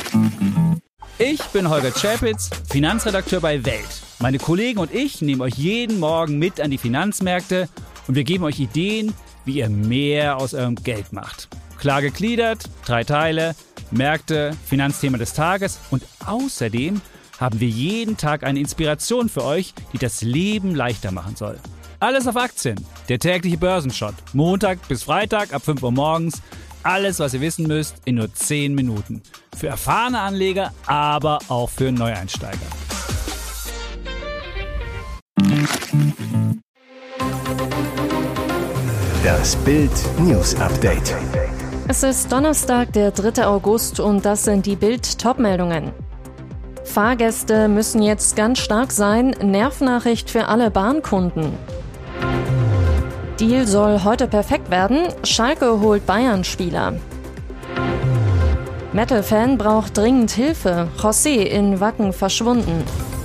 Ich bin Holger Czapitz, Finanzredakteur bei Welt. Meine Kollegen und ich nehmen euch jeden Morgen mit an die Finanzmärkte und wir geben euch Ideen, wie ihr mehr aus eurem Geld macht. Klar gegliedert, 3 Teile, Märkte, Finanzthema des Tages und außerdem haben wir jeden Tag eine Inspiration für euch, die das Leben leichter machen soll. Alles auf Aktien, der tägliche Börsenshot, Montag bis Freitag ab 5 Uhr morgens. Alles, was ihr wissen müsst, in nur 10 Minuten. Für erfahrene Anleger, aber auch für Neueinsteiger. Das Bild News Update. Es ist Donnerstag, der 3. August und das sind die Bild-Top-Meldungen. Fahrgäste müssen jetzt ganz stark sein, Nervnachricht für alle Bahnkunden. Deal soll heute perfekt werden, Schalke holt Bayern-Spieler. Metal-Fan braucht dringend Hilfe, José in Wacken verschwunden.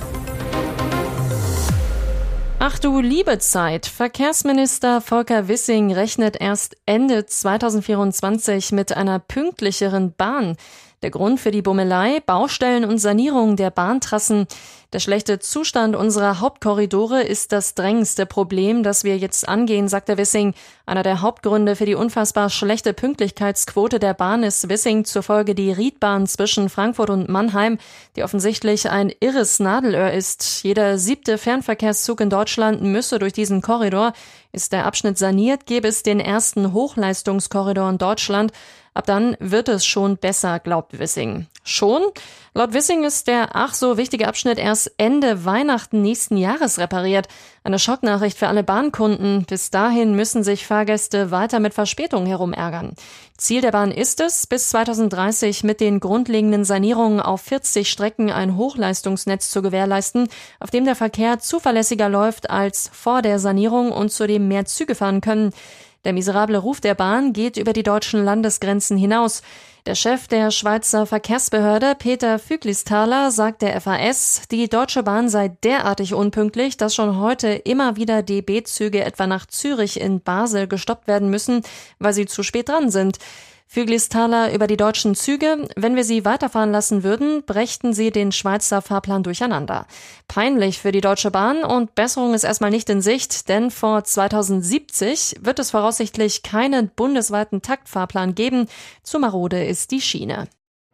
Ach du liebe Zeit, Verkehrsminister Volker Wissing rechnet erst Ende 2024 mit einer pünktlicheren Bahn. Der Grund für die Bummelei, Baustellen und Sanierung der Bahntrassen. Der schlechte Zustand unserer Hauptkorridore ist das drängendste Problem, das wir jetzt angehen, sagte Wissing. Einer der Hauptgründe für die unfassbar schlechte Pünktlichkeitsquote der Bahn ist Wissing zufolge die Riedbahn zwischen Frankfurt und Mannheim, die offensichtlich ein irres Nadelöhr ist. Jeder 7. Fernverkehrszug in Deutschland müsse durch diesen Korridor. Ist der Abschnitt saniert, gäbe es den ersten Hochleistungskorridor in Deutschland. Ab dann wird es schon besser, glaubt Wissing. Schon? Laut Wissing ist der ach so wichtige Abschnitt erst Ende Weihnachten nächsten Jahres repariert. Eine Schocknachricht für alle Bahnkunden. Bis dahin müssen sich Fahrgäste weiter mit Verspätungen herumärgern. Ziel der Bahn ist es, bis 2030 mit den grundlegenden Sanierungen auf 40 Strecken ein Hochleistungsnetz zu gewährleisten, auf dem der Verkehr zuverlässiger läuft als vor der Sanierung und zudem mehr Züge fahren können. Der miserable Ruf der Bahn geht über die deutschen Landesgrenzen hinaus. Der Chef der Schweizer Verkehrsbehörde, Peter Füglisthaler, sagt der FAS, die Deutsche Bahn sei derartig unpünktlich, dass schon heute immer wieder DB-Züge etwa nach Zürich in Basel gestoppt werden müssen, weil sie zu spät dran sind. Füglisthaler über die deutschen Züge: Wenn wir sie weiterfahren lassen würden, brächten sie den Schweizer Fahrplan durcheinander. Peinlich für die Deutsche Bahn und Besserung ist erstmal nicht in Sicht, denn vor 2070 wird es voraussichtlich keinen bundesweiten Taktfahrplan geben. Zu marode ist die Schiene.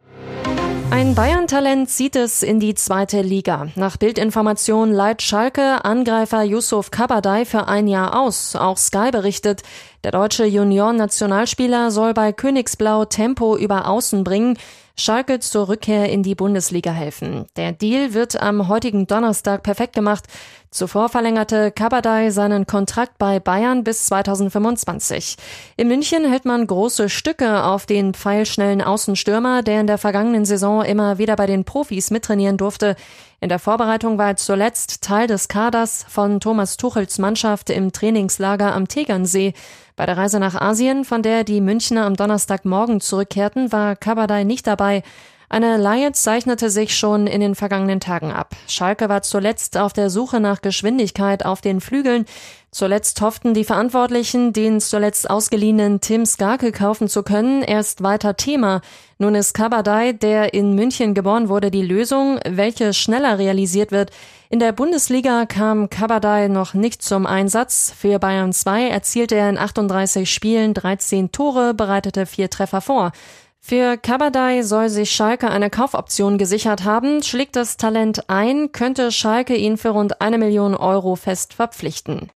Ein Bayern-Talent zieht es in die 2. Liga. Nach Bildinformation leiht Schalke Angreifer Yusuf Kabadai für ein Jahr aus. Auch Sky berichtet, der deutsche Junioren-Nationalspieler soll bei Königsblau Tempo über Außen bringen, Schalke zur Rückkehr in die Bundesliga helfen. Der Deal wird am heutigen Donnerstag perfekt gemacht. Zuvor verlängerte Kabadai seinen Kontrakt bei Bayern bis 2025. In München hält man große Stücke auf den pfeilschnellen Außenstürmer, der in der vergangenen Saison immer wieder bei den Profis mittrainieren durfte. In der Vorbereitung war er zuletzt Teil des Kaders von Thomas Tuchels Mannschaft im Trainingslager am Tegernsee. Bei der Reise nach Asien, von der die Münchner am Donnerstagmorgen zurückkehrten, war Kabadai nicht dabei. Eine Leihe zeichnete sich schon in den vergangenen Tagen ab. Schalke war zuletzt auf der Suche nach Geschwindigkeit auf den Flügeln. Zuletzt hofften die Verantwortlichen, den zuletzt ausgeliehenen Tim Skarke kaufen zu können, erst weiter Thema. Nun ist Kabadai, der in München geboren wurde, die Lösung, welche schneller realisiert wird. In der Bundesliga kam Kabadai noch nicht zum Einsatz. Für Bayern 2 erzielte er in 38 Spielen 13 Tore, bereitete 4 Treffer vor. Für Kabadai soll sich Schalke eine Kaufoption gesichert haben. Schlägt das Talent ein, könnte Schalke ihn für rund 1 Million Euro fest verpflichten.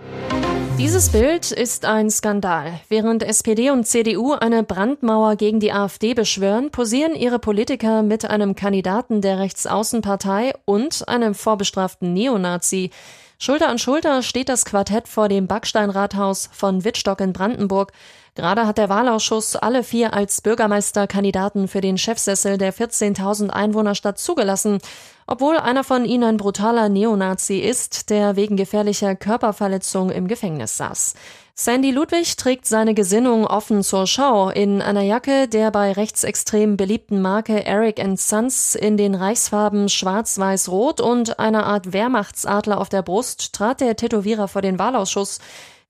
Dieses Bild ist ein Skandal. Während SPD und CDU eine Brandmauer gegen die AfD beschwören, posieren ihre Politiker mit einem Kandidaten der Rechtsaußenpartei und einem vorbestraften Neonazi. Schulter an Schulter steht das Quartett vor dem Backsteinrathaus von Wittstock in Brandenburg. Gerade hat der Wahlausschuss alle 4 als Bürgermeisterkandidaten für den Chefsessel der 14.000 Einwohnerstadt zugelassen, obwohl einer von ihnen ein brutaler Neonazi ist, der wegen gefährlicher Körperverletzung im Gefängnis saß. Sandy Ludwig trägt seine Gesinnung offen zur Schau. In einer Jacke der bei rechtsextrem beliebten Marke Eric & Sons in den Reichsfarben Schwarz-Weiß-Rot und einer Art Wehrmachtsadler auf der Brust trat der Tätowierer vor den Wahlausschuss.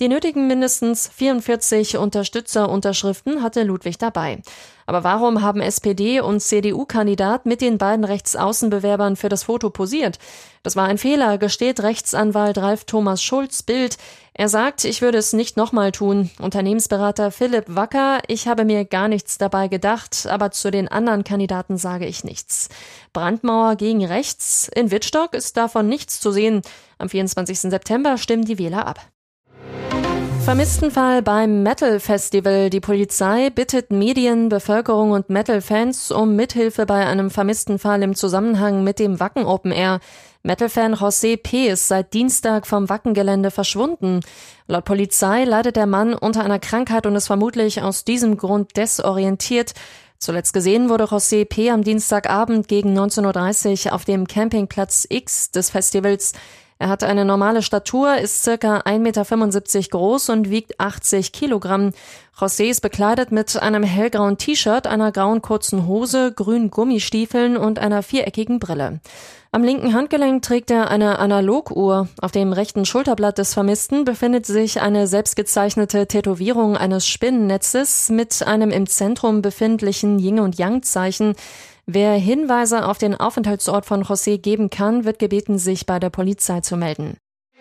Die nötigen mindestens 44 Unterstützerunterschriften hatte Ludwig dabei. Aber warum haben SPD- und CDU-Kandidat mit den beiden Rechtsaußenbewerbern für das Foto posiert? Das war ein Fehler, gesteht Rechtsanwalt Ralf Thomas Schulz Bild. Er sagt, ich würde es nicht nochmal tun. Unternehmensberater Philipp Wacker, ich habe mir gar nichts dabei gedacht, aber zu den anderen Kandidaten sage ich nichts. Brandmauer gegen rechts? In Wittstock ist davon nichts zu sehen. Am 24. September stimmen die Wähler ab. Vermisstenfall beim Metal-Festival. Die Polizei bittet Medien, Bevölkerung und Metal-Fans um Mithilfe bei einem vermissten Fall im Zusammenhang mit dem Wacken Open Air. Metal-Fan José P. ist seit Dienstag vom Wackengelände verschwunden. Laut Polizei leidet der Mann unter einer Krankheit und ist vermutlich aus diesem Grund desorientiert. Zuletzt gesehen wurde José P. am Dienstagabend gegen 19.30 Uhr auf dem Campingplatz X des Festivals. Er hat eine normale Statur, ist circa 1,75 Meter groß und wiegt 80 Kilogramm. José ist bekleidet mit einem hellgrauen T-Shirt, einer grauen kurzen Hose, grünen Gummistiefeln und einer viereckigen Brille. Am linken Handgelenk trägt er eine Analoguhr. Auf dem rechten Schulterblatt des Vermissten befindet sich eine selbstgezeichnete Tätowierung eines Spinnennetzes mit einem im Zentrum befindlichen Yin- und Yang-Zeichen. Wer Hinweise auf den Aufenthaltsort von José geben kann, wird gebeten, sich bei der Polizei zu melden.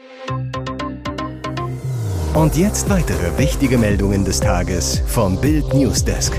Und jetzt weitere wichtige Meldungen des Tages vom Bild Newsdesk.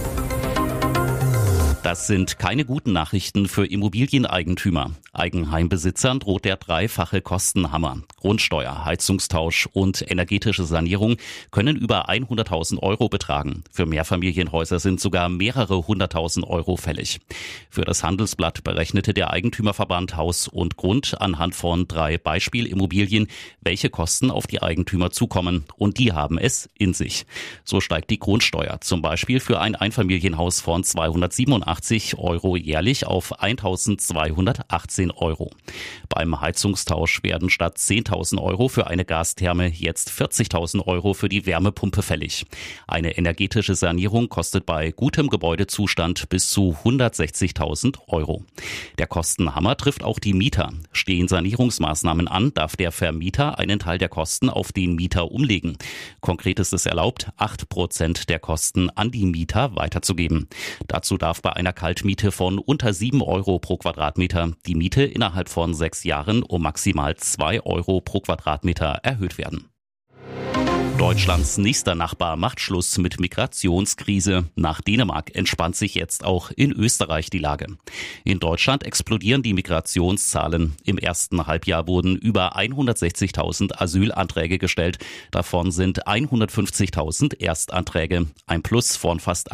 Das sind keine guten Nachrichten für Immobilieneigentümer. Eigenheimbesitzern droht der dreifache Kostenhammer. Grundsteuer, Heizungstausch und energetische Sanierung können über 100.000 Euro betragen. Für Mehrfamilienhäuser sind sogar mehrere 100.000 Euro fällig. Für das Handelsblatt berechnete der Eigentümerverband Haus und Grund anhand von 3 Beispielimmobilien, welche Kosten auf die Eigentümer zukommen. Und die haben es in sich. So steigt die Grundsteuer zum Beispiel für ein Einfamilienhaus von 287 Euro jährlich auf 1.218 Euro. Beim Heizungstausch werden statt 10.000 Euro für eine Gastherme jetzt 40.000 Euro für die Wärmepumpe fällig. Eine energetische Sanierung kostet bei gutem Gebäudezustand bis zu 160.000 Euro. Der Kostenhammer trifft auch die Mieter. Stehen Sanierungsmaßnahmen an, darf der Vermieter einen Teil der Kosten auf den Mieter umlegen. Konkret ist es erlaubt, 8% der Kosten an die Mieter weiterzugeben. Dazu darf bei einer Kaltmiete von unter 7 Euro pro Quadratmeter die Miete innerhalb von 6 Jahren um maximal 2 Euro pro Quadratmeter erhöht werden. Deutschlands nächster Nachbar macht Schluss mit Migrationskrise. Nach Dänemark entspannt sich jetzt auch in Österreich die Lage. In Deutschland explodieren die Migrationszahlen. Im ersten Halbjahr wurden über 160.000 Asylanträge gestellt. Davon sind 150.000 Erstanträge. Ein Plus von fast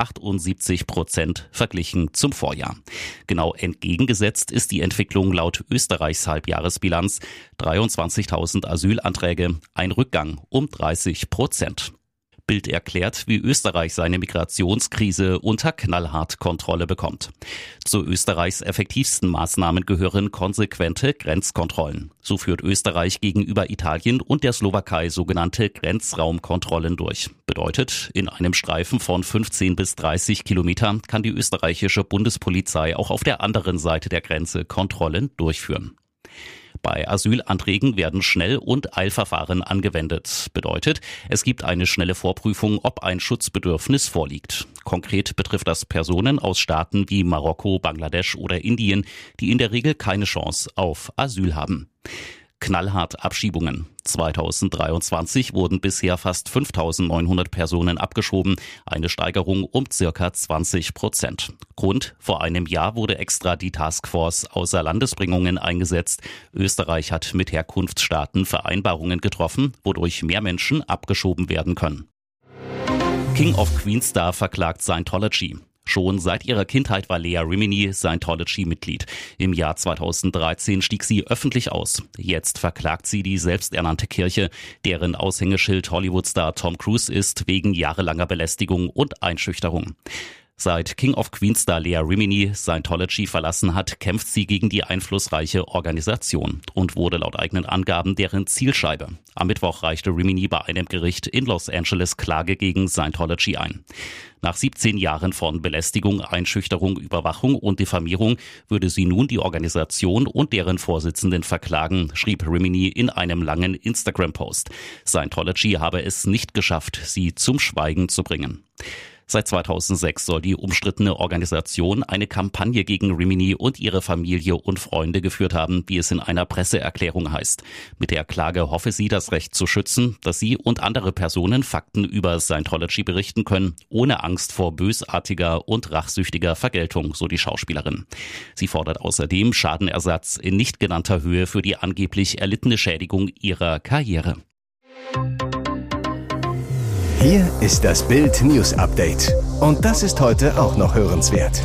78% verglichen zum Vorjahr. Genau entgegengesetzt ist die Entwicklung laut Österreichs Halbjahresbilanz. 23.000 Asylanträge, ein Rückgang um 30%. Bild erklärt, wie Österreich seine Migrationskrise unter knallhart Kontrolle bekommt. Zu Österreichs effektivsten Maßnahmen gehören konsequente Grenzkontrollen. So führt Österreich gegenüber Italien und der Slowakei sogenannte Grenzraumkontrollen durch. Bedeutet, in einem Streifen von 15 bis 30 Kilometern kann die österreichische Bundespolizei auch auf der anderen Seite der Grenze Kontrollen durchführen. Bei Asylanträgen werden Schnell- und Eilverfahren angewendet. Bedeutet, es gibt eine schnelle Vorprüfung, ob ein Schutzbedürfnis vorliegt. Konkret betrifft das Personen aus Staaten wie Marokko, Bangladesch oder Indien, die in der Regel keine Chance auf Asyl haben. Knallhart Abschiebungen. 2023 wurden bisher fast 5.900 Personen abgeschoben, eine Steigerung um circa 20%. Grund: vor einem Jahr wurde extra die Taskforce Außerlandesbringungen eingesetzt. Österreich hat mit Herkunftsstaaten Vereinbarungen getroffen, wodurch mehr Menschen abgeschoben werden können. King of Queens Star verklagt Scientology. Schon seit ihrer Kindheit war Leah Remini Scientology-Mitglied. Im Jahr 2013 stieg sie öffentlich aus. Jetzt verklagt sie die selbsternannte Kirche, deren Aushängeschild Hollywood-Star Tom Cruise ist, wegen jahrelanger Belästigung und Einschüchterung. Seit King of Queens Star Leah Remini Scientology verlassen hat, kämpft sie gegen die einflussreiche Organisation und wurde laut eigenen Angaben deren Zielscheibe. Am Mittwoch reichte Remini bei einem Gericht in Los Angeles Klage gegen Scientology ein. Nach 17 Jahren von Belästigung, Einschüchterung, Überwachung und Diffamierung würde sie nun die Organisation und deren Vorsitzenden verklagen, schrieb Remini in einem langen Instagram-Post. Scientology habe es nicht geschafft, sie zum Schweigen zu bringen. Seit 2006 soll die umstrittene Organisation eine Kampagne gegen Remini und ihre Familie und Freunde geführt haben, wie es in einer Presseerklärung heißt. Mit der Klage hoffe sie, das Recht zu schützen, dass sie und andere Personen Fakten über Scientology berichten können, ohne Angst vor bösartiger und rachsüchtiger Vergeltung, so die Schauspielerin. Sie fordert außerdem Schadenersatz in nicht genannter Höhe für die angeblich erlittene Schädigung ihrer Karriere. Hier ist das Bild News Update. Und das ist heute auch noch hörenswert.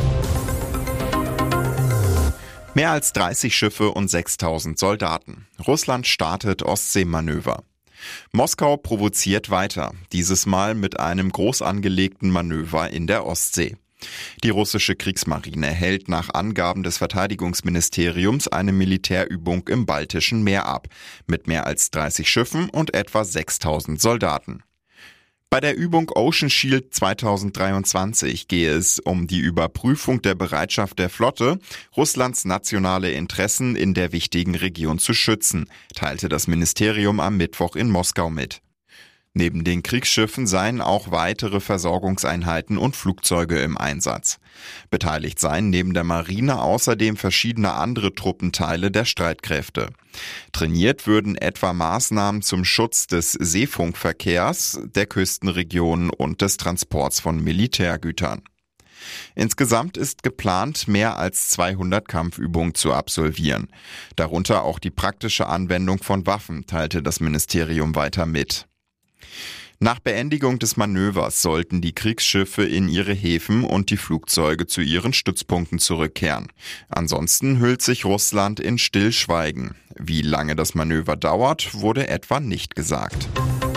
Mehr als 30 Schiffe und 6.000 Soldaten. Russland startet Ostseemanöver. Moskau provoziert weiter, dieses Mal mit einem groß angelegten Manöver in der Ostsee. Die russische Kriegsmarine hält nach Angaben des Verteidigungsministeriums eine Militärübung im Baltischen Meer ab, mit mehr als 30 Schiffen und etwa 6.000 Soldaten. Bei der Übung Ocean Shield 2023 gehe es um die Überprüfung der Bereitschaft der Flotte, Russlands nationale Interessen in der wichtigen Region zu schützen, teilte das Ministerium am Mittwoch in Moskau mit. Neben den Kriegsschiffen seien auch weitere Versorgungseinheiten und Flugzeuge im Einsatz. Beteiligt seien neben der Marine außerdem verschiedene andere Truppenteile der Streitkräfte. Trainiert würden etwa Maßnahmen zum Schutz des Seefunkverkehrs, der Küstenregionen und des Transports von Militärgütern. Insgesamt ist geplant, mehr als 200 Kampfübungen zu absolvieren. Darunter auch die praktische Anwendung von Waffen, teilte das Ministerium weiter mit. Nach Beendigung des Manövers sollten die Kriegsschiffe in ihre Häfen und die Flugzeuge zu ihren Stützpunkten zurückkehren. Ansonsten hüllt sich Russland in Stillschweigen. Wie lange das Manöver dauert, wurde etwa nicht gesagt.